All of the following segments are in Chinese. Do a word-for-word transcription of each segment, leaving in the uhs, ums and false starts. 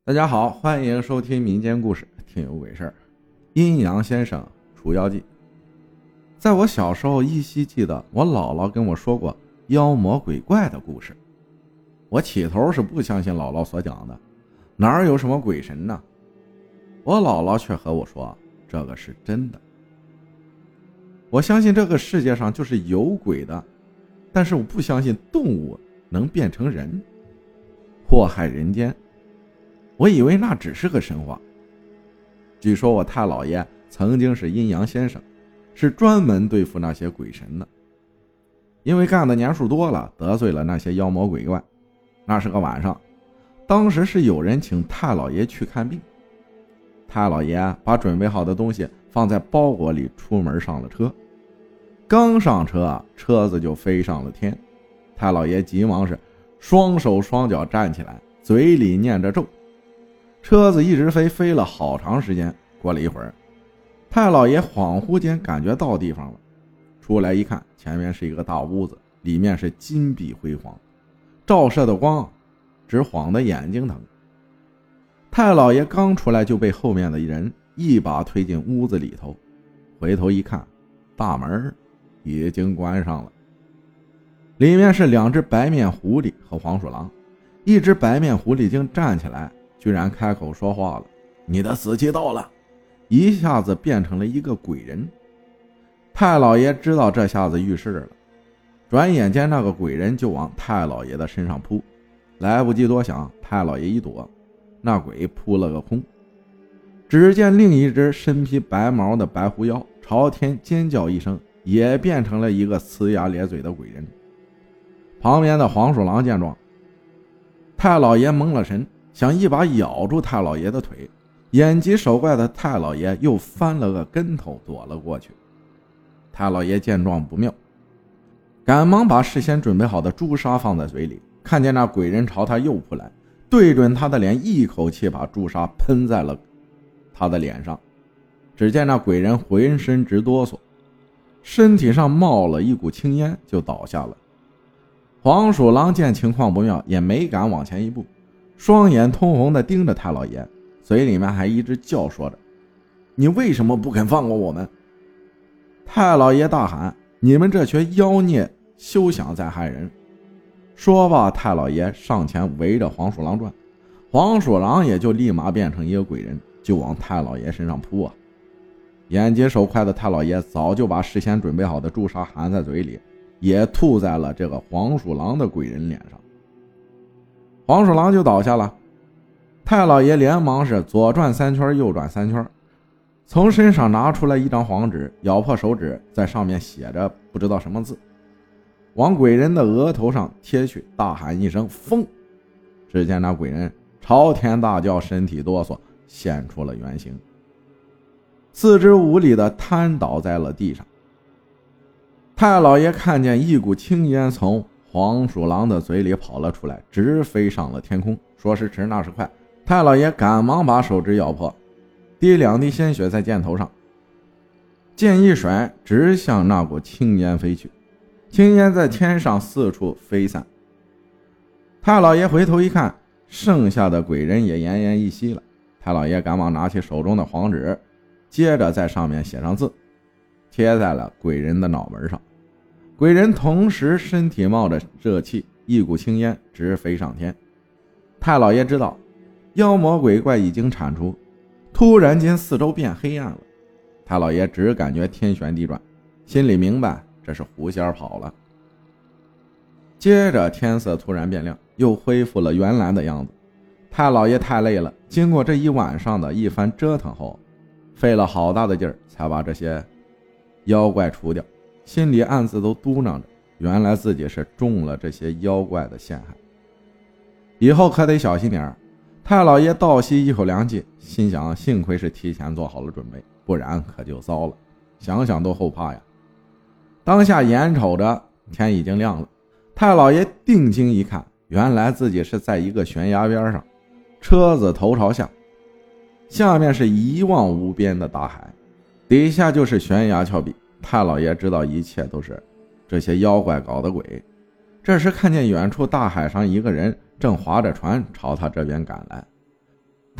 大家好，欢迎收听民间故事，听有鬼事儿。阴阳先生除妖记。在我小时候依稀记得我姥姥跟我说过妖魔鬼怪的故事。我起头是不相信姥姥所讲的，哪有什么鬼神呢？我姥姥却和我说这个是真的。我相信这个世界上就是有鬼的，但是我不相信动物能变成人，祸害人间。我以为那只是个神话。据说我太姥爷曾经是阴阳先生，是专门对付那些鬼神的。因为干的年数多了，得罪了那些妖魔鬼怪。那是个晚上，当时是有人请太姥爷去看病。太姥爷把准备好的东西放在包裹里，出门上了车。刚上车，车子就飞上了天。太姥爷急忙是双手双脚站起来，嘴里念着咒。车子一直飞，飞了好长时间。过了一会儿，太姥爷恍惚间感觉到地方了，出来一看，前面是一个大屋子，里面是金碧辉煌，照射的光直晃得眼睛疼。太姥爷刚出来就被后面的人一把推进屋子里头，回头一看，大门已经关上了。里面是两只白面狐狸和黄鼠狼。一只白面狐狸精站起来，居然开口说话了：你的死期到了！一下子变成了一个鬼人。太姥爷知道这下子遇事了，转眼间那个鬼人就往太姥爷的身上扑，来不及多想，太姥爷一躲，那鬼扑了个空。只见另一只身披白毛的白狐妖朝天尖叫一声，也变成了一个呲牙咧嘴的鬼人。旁边的黄鼠狼见状，太姥爷蒙了神，想一把咬住太姥爷的腿，眼疾手怪的太姥爷又翻了个跟头躲了过去。太姥爷见状不妙，赶忙把事先准备好的朱砂放在嘴里，看见那鬼人朝他又扑来，对准他的脸，一口气把朱砂喷在了他的脸上。只见那鬼人浑身直哆嗦，身体上冒了一股青烟，就倒下了。黄鼠狼见情况不妙，也没敢往前一步，双眼通红地盯着太姥爷，嘴里面还一直叫说着：你为什么不肯放过我们？太姥爷大喊：你们这群妖孽休想再害人！说罢，太姥爷上前围着黄鼠狼转，黄鼠狼也就立马变成一个鬼人，就往太姥爷身上扑啊！眼疾手快的太姥爷早就把事先准备好的朱砂含在嘴里，也吐在了这个黄鼠狼的鬼人脸上。黄鼠狼就倒下了。太姥爷连忙是左转三圈右转三圈，从身上拿出来一张黄纸，咬破手指，在上面写着不知道什么字，往鬼人的额头上贴去，大喊一声疯。只见那鬼人朝天大叫，身体哆嗦，现出了原形，四肢无力的瘫倒在了地上。太姥爷看见一股青烟从黄鼠狼的嘴里跑了出来，直飞上了天空。说时迟，那时快，太姥爷赶忙把手指咬破，滴两滴鲜血在箭头上，箭一甩，直向那股青烟飞去。青烟在天上四处飞散。太姥爷回头一看，剩下的鬼人也奄奄一息了。太姥爷赶忙拿起手中的黄纸，接着在上面写上字，贴在了鬼人的脑门上。鬼人同时身体冒着热气，一股青烟直飞上天。太姥爷知道妖魔鬼怪已经铲除，突然间四周变黑暗了。太姥爷只感觉天旋地转，心里明白这是狐仙跑了。接着天色突然变亮，又恢复了原来的样子。太姥爷太累了，经过这一晚上的一番折腾后，费了好大的劲儿才把这些妖怪除掉，心里暗自都嘟囔着，原来自己是中了这些妖怪的陷害，以后可得小心点。太姥爷倒吸一口凉气，心想幸亏是提前做好了准备，不然可就糟了，想想都后怕呀。当下眼瞅着天已经亮了，太姥爷定睛一看，原来自己是在一个悬崖边上，车子头朝下，下面是一望无边的大海，底下就是悬崖峭壁。太姥爷知道一切都是这些妖怪搞的鬼。这时看见远处大海上一个人正划着船朝他这边赶来，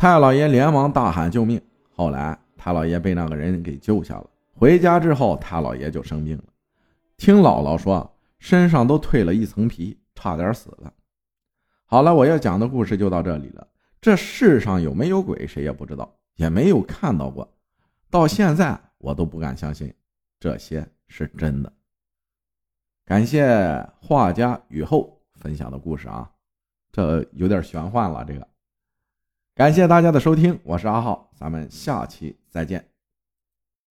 太老爷连忙大喊救命。后来太老爷被那个人给救下了。回家之后，太老爷就生病了，听姥姥说身上都蜕了一层皮，差点死了。好了，我要讲的故事就到这里了。这世上有没有鬼谁也不知道，也没有看到过，到现在我都不敢相信这些是真的。感谢画家雨后分享的故事啊，这有点玄幻了。这个感谢大家的收听，我是阿浩，咱们下期再见。